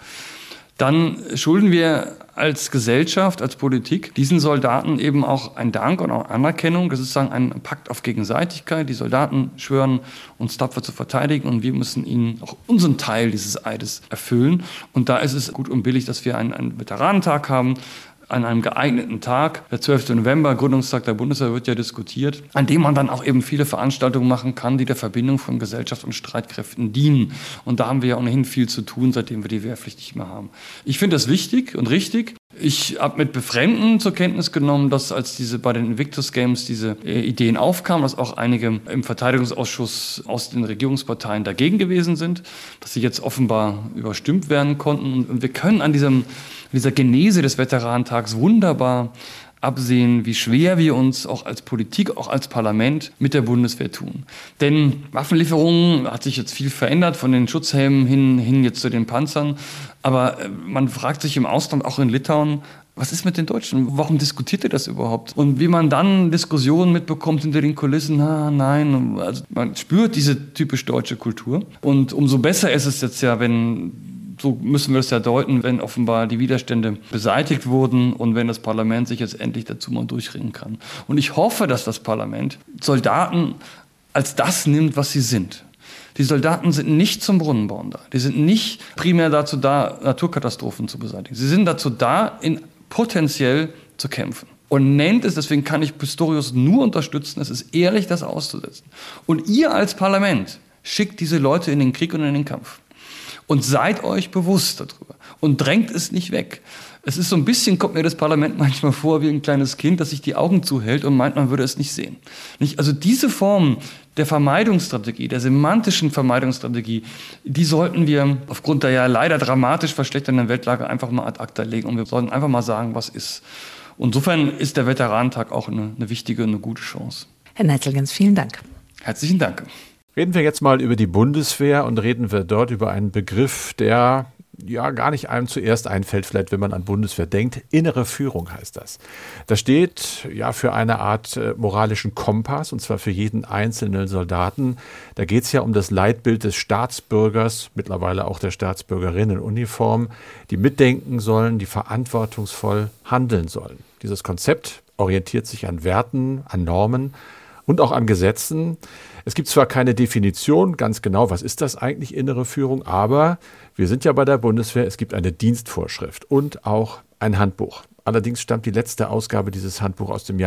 E: Dann schulden wir als Gesellschaft, als Politik diesen Soldaten eben auch einen Dank und auch Anerkennung. Das ist sagen ein Pakt auf Gegenseitigkeit. Die Soldaten schwören, uns tapfer zu verteidigen und wir müssen ihnen auch unseren Teil dieses Eides erfüllen. Und da ist es gut und billig, dass wir einen Veteranentag haben, an einem geeigneten Tag, der 12. November, Gründungstag der Bundeswehr, wird ja diskutiert, an dem man dann auch eben viele Veranstaltungen machen kann, die der Verbindung von Gesellschaft und Streitkräften dienen. Und da haben wir ja ohnehin viel zu tun, seitdem wir die Wehrpflicht nicht mehr haben. Ich finde das wichtig und richtig. Ich habe mit Befremden zur Kenntnis genommen, dass als bei den Invictus Games diese Ideen aufkamen, dass auch einige im Verteidigungsausschuss aus den Regierungsparteien dagegen gewesen sind, dass sie jetzt offenbar überstimmt werden konnten. Und wir können an dieser Genese des Veteranentags wunderbar absehen, wie schwer wir uns auch als Politik, auch als Parlament mit der Bundeswehr tun. Denn Waffenlieferungen hat sich jetzt viel verändert, von den Schutzhelmen hin jetzt zu den Panzern. Aber man fragt sich im Ausland, auch in Litauen, was ist mit den Deutschen? Warum diskutiert ihr das überhaupt? Und wie man dann Diskussionen mitbekommt hinter den Kulissen, nein, also man spürt diese typisch deutsche Kultur. Und umso besser ist es jetzt ja, so müssen wir es ja deuten, wenn offenbar die Widerstände beseitigt wurden und wenn das Parlament sich jetzt endlich dazu mal durchringen kann. Und ich hoffe, dass das Parlament Soldaten als das nimmt, was sie sind. Die Soldaten sind nicht zum Brunnenbauen da. Die sind nicht primär dazu da, Naturkatastrophen zu beseitigen. Sie sind dazu da, potenziell zu kämpfen. Und nennt es, deswegen kann ich Pistorius nur unterstützen, es ist ehrlich, das auszusetzen. Und ihr als Parlament schickt diese Leute in den Krieg und in den Kampf. Und seid euch bewusst darüber und drängt es nicht weg. Es ist so ein bisschen, kommt mir das Parlament manchmal vor wie ein kleines Kind, das sich die Augen zuhält und meint, man würde es nicht sehen. Also diese Form der Vermeidungsstrategie, der semantischen Vermeidungsstrategie, die sollten wir aufgrund der ja leider dramatisch verschlechternden Weltlage einfach mal ad acta legen und wir sollten einfach mal sagen, was ist. Insofern ist der Veteranentag auch eine wichtige und eine gute Chance.
B: Herr Neitzel, ganz vielen Dank.
E: Herzlichen Dank.
C: Reden wir jetzt mal über die Bundeswehr und reden wir dort über einen Begriff, der ja gar nicht einem zuerst einfällt, vielleicht wenn man an Bundeswehr denkt. Innere Führung heißt das. Das steht ja für eine Art moralischen Kompass, und zwar für jeden einzelnen Soldaten. Da geht es ja um das Leitbild des Staatsbürgers, mittlerweile auch der Staatsbürgerin in Uniform, die mitdenken sollen, die verantwortungsvoll handeln sollen. Dieses Konzept orientiert sich an Werten, an Normen und auch an Gesetzen. Es gibt zwar keine Definition, ganz genau, was ist das eigentlich innere Führung, aber wir sind ja bei der Bundeswehr, es gibt eine Dienstvorschrift und auch ein Handbuch. Allerdings stammt die letzte Ausgabe dieses Handbuchs aus dem Jahr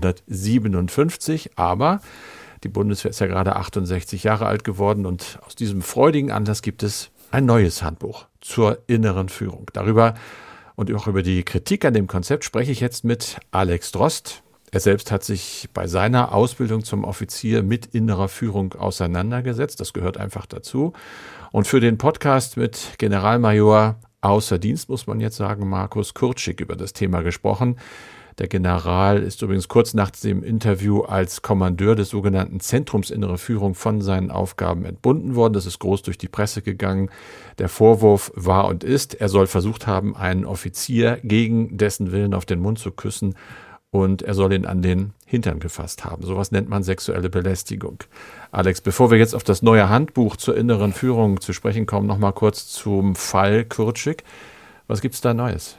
C: 1957, aber die Bundeswehr ist ja gerade 68 Jahre alt geworden und aus diesem freudigen Anlass gibt es ein neues Handbuch zur inneren Führung. Darüber und auch über die Kritik an dem Konzept spreche ich jetzt mit Alex Drost. Er selbst hat sich bei seiner Ausbildung zum Offizier mit innerer Führung auseinandergesetzt. Das gehört einfach dazu. Und für den Podcast mit Generalmajor außer Dienst, muss man jetzt sagen, Markus Kurczyk über das Thema gesprochen. Der General ist übrigens kurz nach dem Interview als Kommandeur des sogenannten Zentrums Innere Führung von seinen Aufgaben entbunden worden. Das ist groß durch die Presse gegangen. Der Vorwurf war und ist, er soll versucht haben, einen Offizier gegen dessen Willen auf den Mund zu küssen. Und er soll ihn an den Hintern gefasst haben. Sowas nennt man sexuelle Belästigung. Alex, bevor wir jetzt auf das neue Handbuch zur inneren Führung zu sprechen kommen, noch mal kurz zum Fall Kurczyk. Was gibt's da Neues?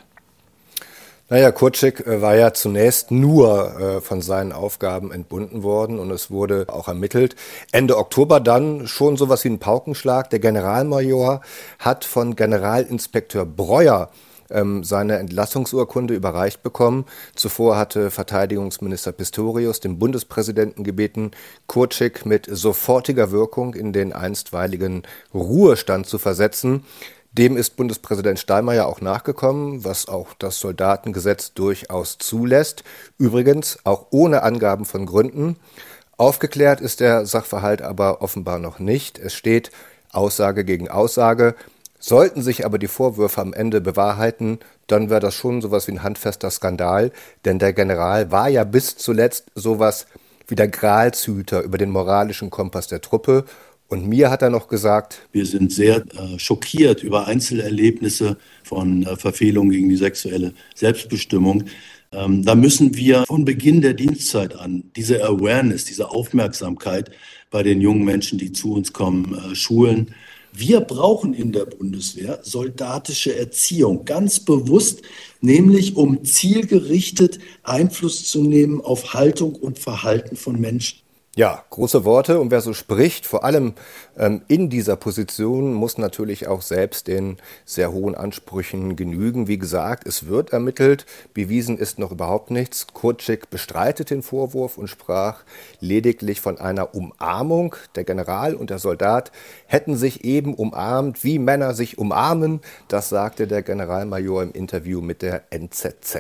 A: Naja, Kurczyk war ja zunächst nur von seinen Aufgaben entbunden worden und es wurde auch ermittelt. Ende Oktober dann schon sowas wie ein Paukenschlag. Der Generalmajor hat von Generalinspekteur Breuer seine Entlassungsurkunde überreicht bekommen. Zuvor hatte Verteidigungsminister Pistorius den Bundespräsidenten gebeten, Kurczyk mit sofortiger Wirkung in den einstweiligen Ruhestand zu versetzen. Dem ist Bundespräsident Steinmeier auch nachgekommen, was auch das Soldatengesetz durchaus zulässt. Übrigens auch ohne Angaben von Gründen. Aufgeklärt ist der Sachverhalt aber offenbar noch nicht. Es steht Aussage gegen Aussage. Sollten sich aber die Vorwürfe am Ende bewahrheiten, dann wäre das schon sowas wie ein handfester Skandal, denn der General war ja bis zuletzt sowas wie der Gralshüter über den moralischen Kompass der Truppe. Und mir hat er noch gesagt:
F: Wir sind sehr schockiert über Einzelerlebnisse von Verfehlungen gegen die sexuelle Selbstbestimmung. Da müssen wir von Beginn der Dienstzeit an diese Awareness, diese Aufmerksamkeit bei den jungen Menschen, die zu uns kommen, schulen. Wir brauchen in der Bundeswehr soldatische Erziehung, ganz bewusst, nämlich um zielgerichtet Einfluss zu nehmen auf Haltung und Verhalten von Menschen.
A: Ja, große Worte, und wer so spricht, vor allem in dieser Position, muss natürlich auch selbst den sehr hohen Ansprüchen genügen. Wie gesagt, es wird ermittelt, bewiesen ist noch überhaupt nichts. Kurczyk bestreitet den Vorwurf und sprach lediglich von einer Umarmung. Der General und der Soldat hätten sich eben umarmt, wie Männer sich umarmen. Das sagte der Generalmajor im Interview mit der NZZ.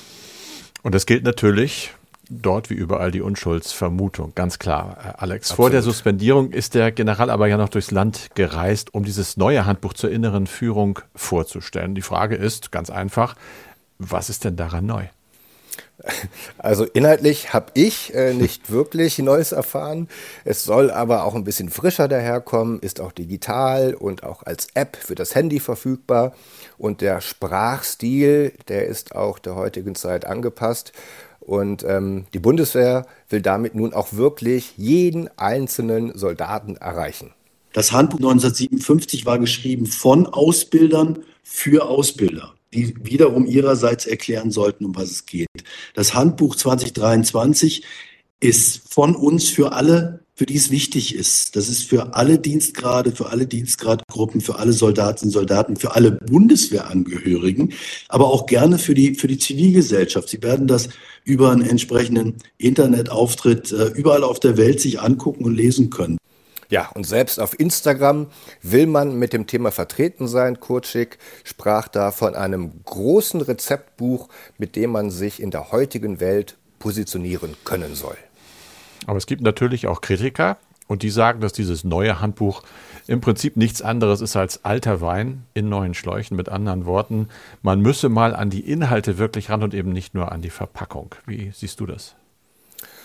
C: Und das gilt natürlich dort wie überall die Unschuldsvermutung, ganz klar, Alex.
A: Absolut.
C: Vor der Suspendierung ist der General aber ja noch durchs Land gereist, um dieses neue Handbuch zur inneren Führung vorzustellen. Die Frage ist ganz einfach, was ist denn daran neu?
A: Also inhaltlich habe ich nicht wirklich Neues erfahren. Es soll aber auch ein bisschen frischer daherkommen, ist auch digital und auch als App für das Handy verfügbar. Und der Sprachstil, der ist auch der heutigen Zeit angepasst. Und die Bundeswehr will damit nun auch wirklich jeden einzelnen Soldaten erreichen.
F: Das Handbuch 1957 war geschrieben von Ausbildern für Ausbilder, die wiederum ihrerseits erklären sollten, um was es geht. Das Handbuch 2023 ist von uns für alle, für die es wichtig ist. Das ist für alle Dienstgrade, für alle Dienstgradgruppen, für alle Soldatinnen und Soldaten, für alle Bundeswehrangehörigen, aber auch gerne für die Zivilgesellschaft. Sie werden das über einen entsprechenden Internetauftritt überall auf der Welt sich angucken und lesen können.
A: Ja, und selbst auf Instagram will man mit dem Thema vertreten sein. Kurczyk sprach da von einem großen Rezeptbuch, mit dem man sich in der heutigen Welt positionieren können soll.
C: Aber es gibt natürlich auch Kritiker und die sagen, dass dieses neue Handbuch im Prinzip nichts anderes ist als alter Wein in neuen Schläuchen. Mit anderen Worten, man müsse mal an die Inhalte wirklich ran und eben nicht nur an die Verpackung. Wie siehst du das?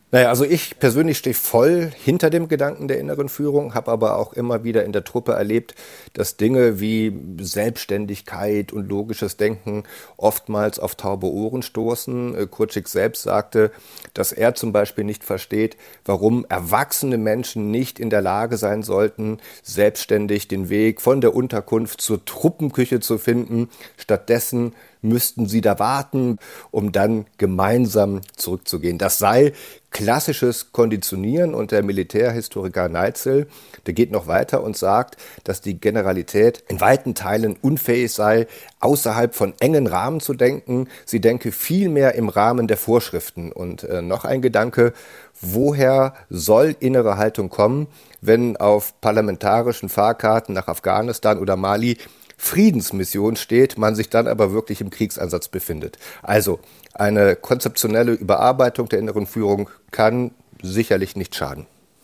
A: Naja, also ich persönlich stehe voll hinter dem Gedanken der inneren Führung, habe aber auch immer wieder in der Truppe erlebt, dass Dinge wie Selbstständigkeit und logisches Denken oftmals auf taube Ohren stoßen. Kurczyk selbst sagte, dass er zum Beispiel nicht versteht, warum erwachsene Menschen nicht in der Lage sein sollten, selbstständig den Weg von der Unterkunft zur Truppenküche zu finden. Stattdessen müssten sie da warten, um dann gemeinsam zurückzugehen. Das sei klassisches Konditionieren, und der Militärhistoriker Neitzel, der geht noch weiter und sagt, dass die Generalität in weiten Teilen unfähig sei, außerhalb von engen Rahmen zu denken. Sie denke vielmehr im Rahmen der Vorschriften. Und noch ein Gedanke: Woher soll innere Haltung kommen, wenn auf parlamentarischen Fahrkarten nach Afghanistan oder Mali Friedensmission steht, man sich dann aber wirklich im Kriegseinsatz befindet? Also eine konzeptionelle Überarbeitung der inneren Führung kann sicherlich nicht schaden.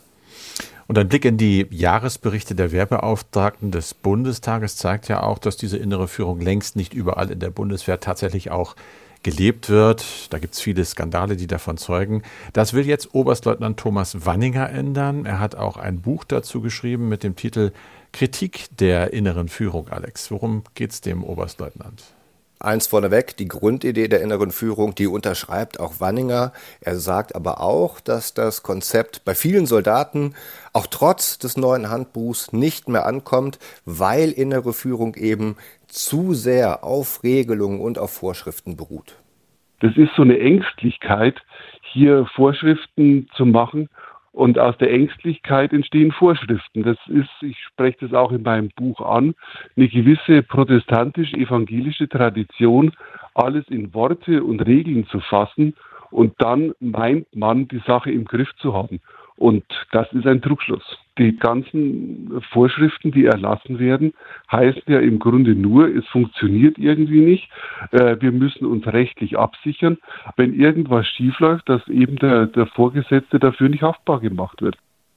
C: Und ein Blick in die Jahresberichte der Wehrbeauftragten des Bundestages zeigt ja auch, dass diese innere Führung längst nicht überall in der Bundeswehr tatsächlich auch gelebt wird. Da gibt es viele Skandale, die davon zeugen. Das will jetzt Oberstleutnant Thomas Wanninger ändern. Er hat auch ein Buch dazu geschrieben mit dem Titel Kritik der inneren Führung. Alex, worum geht es dem Oberstleutnant?
A: Eins vorneweg: Die Grundidee der inneren Führung, die unterschreibt auch Wanninger. Er sagt aber auch, dass das Konzept bei vielen Soldaten auch trotz des neuen Handbuchs nicht mehr ankommt, weil innere Führung eben zu sehr auf Regelungen und auf Vorschriften beruht.
G: Das ist so eine Ängstlichkeit, hier Vorschriften zu machen. Und aus der Ängstlichkeit entstehen Vorschriften. Das ist, ich spreche das auch in meinem Buch an, eine gewisse protestantisch-evangelische Tradition, alles in Worte und Regeln zu fassen, und dann meint man, die Sache im Griff zu haben. Und das ist ein Trugschluss. Die ganzen Vorschriften, die erlassen werden, heißen ja im Grunde nur, es funktioniert irgendwie nicht. Wir müssen uns rechtlich absichern, wenn irgendwas schiefläuft, dass eben der Vorgesetzte dafür nicht haftbar gemacht wird.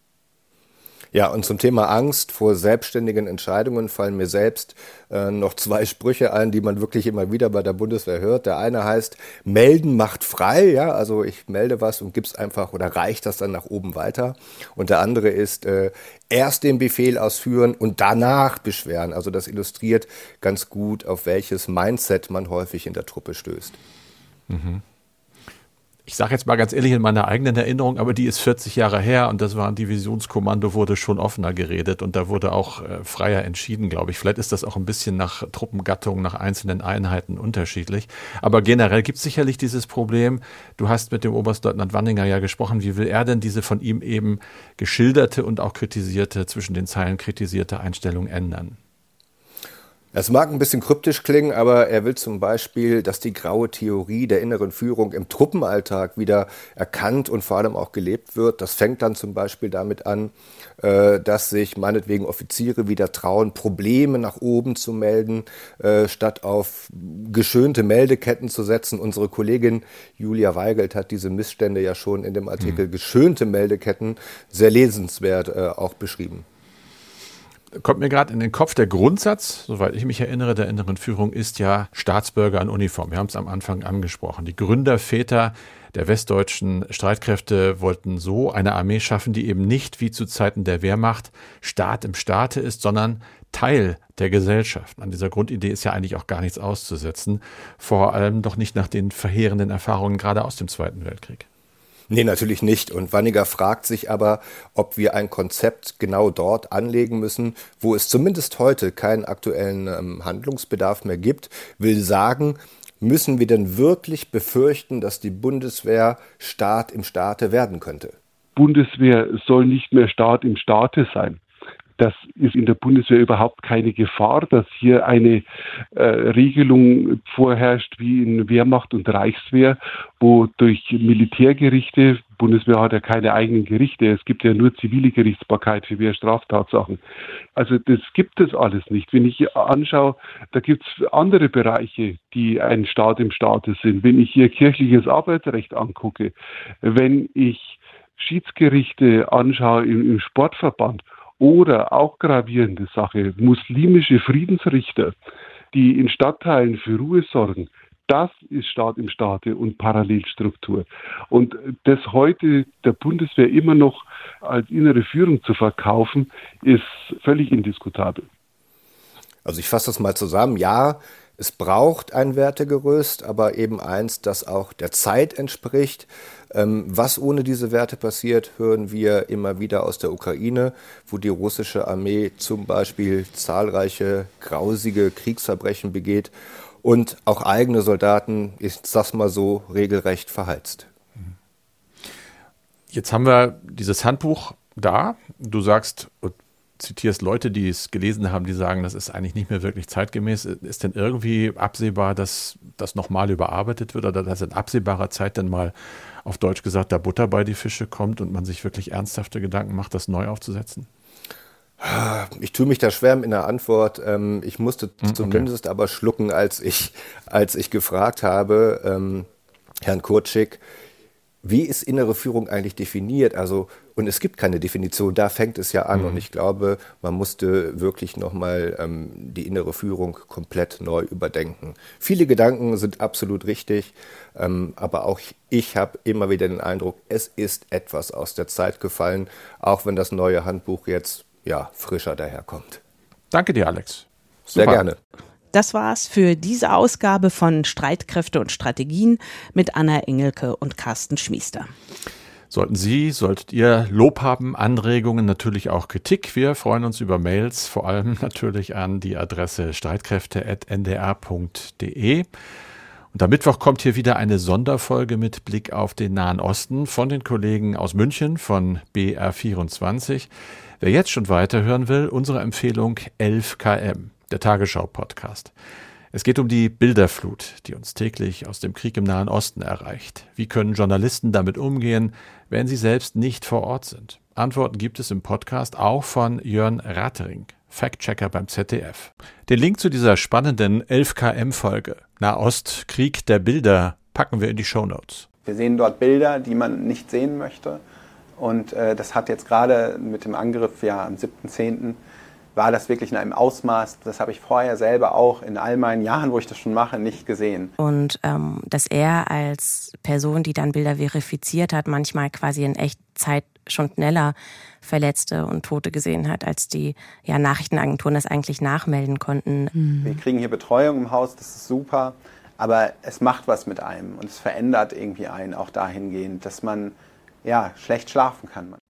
A: Ja, und zum Thema Angst vor selbstständigen Entscheidungen fallen mir selbst noch zwei Sprüche ein, die man wirklich immer wieder bei der Bundeswehr hört. Der eine heißt: Melden macht frei, ja, also ich melde was und gib's einfach oder reicht das dann nach oben weiter. Und der andere ist: erst den Befehl ausführen und danach beschweren. Also das illustriert ganz gut, auf welches Mindset man häufig in der Truppe stößt.
C: Mhm. Ich sage jetzt mal ganz ehrlich, in meiner eigenen Erinnerung, aber die ist 40 Jahre her, und das war ein Divisionskommando, wurde schon offener geredet und da wurde auch freier entschieden, glaube ich. Vielleicht ist das auch ein bisschen nach Truppengattung, nach einzelnen Einheiten unterschiedlich. Aber generell gibt es sicherlich dieses Problem. Du hast mit dem Oberstleutnant Wanninger ja gesprochen. Wie will er denn diese von ihm eben geschilderte und auch kritisierte, zwischen den Zeilen kritisierte Einstellung ändern?
A: Es mag ein bisschen kryptisch klingen, aber er will zum Beispiel, dass die graue Theorie der inneren Führung im Truppenalltag wieder erkannt und vor allem auch gelebt wird. Das fängt dann zum Beispiel damit an, dass sich meinetwegen Offiziere wieder trauen, Probleme nach oben zu melden, statt auf geschönte Meldeketten zu setzen. Unsere Kollegin Julia Weigelt hat diese Missstände ja schon in dem Artikel Geschönte Meldeketten sehr lesenswert auch beschrieben.
C: Kommt mir gerade in den Kopf, der Grundsatz, soweit ich mich erinnere, der inneren Führung ist ja Staatsbürger in Uniform. Wir haben es am Anfang angesprochen. Die Gründerväter der westdeutschen Streitkräfte wollten so eine Armee schaffen, die eben nicht wie zu Zeiten der Wehrmacht Staat im Staate ist, sondern Teil der Gesellschaft. An dieser Grundidee ist ja eigentlich auch gar nichts auszusetzen, vor allem doch nicht nach den verheerenden Erfahrungen gerade aus dem Zweiten Weltkrieg.
A: Nee, natürlich nicht. Und Wanninger fragt sich aber, ob wir ein Konzept genau dort anlegen müssen, wo es zumindest heute keinen aktuellen Handlungsbedarf mehr gibt. Will sagen, müssen wir denn wirklich befürchten, dass die Bundeswehr Staat im Staate werden könnte?
G: Bundeswehr soll nicht mehr Staat im Staate sein. Das ist in der Bundeswehr überhaupt keine Gefahr, dass hier eine Regelung vorherrscht wie in Wehrmacht und Reichswehr, wo durch Militärgerichte, Bundeswehr hat ja keine eigenen Gerichte, es gibt ja nur zivile Gerichtsbarkeit für Wehrstraftatsachen. Also das gibt es alles nicht. Wenn ich anschaue, da gibt es andere Bereiche, die ein Staat im Staate sind. Wenn ich hier kirchliches Arbeitsrecht angucke, wenn ich Schiedsgerichte anschaue im Sportverband, oder auch gravierende Sache, muslimische Friedensrichter, die in Stadtteilen für Ruhe sorgen, Das ist Staat im Staate und Parallelstruktur. Und das heute der Bundeswehr immer noch als innere Führung zu verkaufen, ist völlig indiskutabel.
A: Also ich fasse das mal zusammen. Ja, es braucht ein Wertegerüst, aber eben eins, das auch der Zeit entspricht. Was ohne diese Werte passiert, hören wir immer wieder aus der Ukraine, wo die russische Armee zum Beispiel zahlreiche grausige Kriegsverbrechen begeht und auch eigene Soldaten, ich sag's mal so, regelrecht verheizt.
C: Jetzt haben wir dieses Handbuch da. Du sagst und zitierst Leute, die es gelesen haben, die sagen, das ist eigentlich nicht mehr wirklich zeitgemäß. Ist denn irgendwie absehbar, dass das nochmal überarbeitet wird oder dass in absehbarer Zeit dann mal auf Deutsch gesagt da Butter bei die Fische kommt und man sich wirklich ernsthafte Gedanken macht, das neu aufzusetzen?
A: Ich tue mich da schwer in der Antwort. Ich musste zumindest aber schlucken, als ich gefragt habe, Herrn Kurczyk, wie ist innere Führung eigentlich definiert? Also, und es gibt keine Definition, da fängt es ja an. Und ich glaube, man musste wirklich nochmal die innere Führung komplett neu überdenken. Viele Gedanken sind absolut richtig, aber auch ich habe immer wieder den Eindruck, es ist etwas aus der Zeit gefallen, auch wenn das neue Handbuch jetzt frischer daherkommt.
C: Danke dir, Alex.
A: Sehr gerne.
B: Das war's für diese Ausgabe von Streitkräfte und Strategien mit Anna Engelke und Carsten Schmiester.
C: Solltet ihr Lob haben, Anregungen, natürlich auch Kritik. Wir freuen uns über Mails, vor allem natürlich an die Adresse streitkräfte@ndr.de. Und am Mittwoch kommt hier wieder eine Sonderfolge mit Blick auf den Nahen Osten von den Kollegen aus München von BR24. Wer jetzt schon weiterhören will, unsere Empfehlung 11 km, der Tagesschau-Podcast. Es geht um die Bilderflut, die uns täglich aus dem Krieg im Nahen Osten erreicht. Wie können Journalisten damit umgehen, wenn sie selbst nicht vor Ort sind? Antworten gibt es im Podcast auch von Jörn Ratering, Fact-Checker beim ZDF. Den Link zu dieser spannenden 11 km-Folge Nahost, Krieg der Bilder, packen wir in die Shownotes.
H: Wir sehen dort Bilder, die man nicht sehen möchte. Und das hat jetzt gerade mit dem Angriff am 7.10. war das wirklich in einem Ausmaß, das habe ich vorher selber auch in all meinen Jahren, wo ich das schon mache, nicht gesehen.
I: Und dass er als Person, die dann Bilder verifiziert hat, manchmal quasi in Echtzeit schon schneller Verletzte und Tote gesehen hat, als die Nachrichtenagenturen das eigentlich nachmelden konnten.
H: Wir kriegen hier Betreuung im Haus, das ist super, aber es macht was mit einem und es verändert irgendwie einen auch dahingehend, dass man schlecht schlafen kann.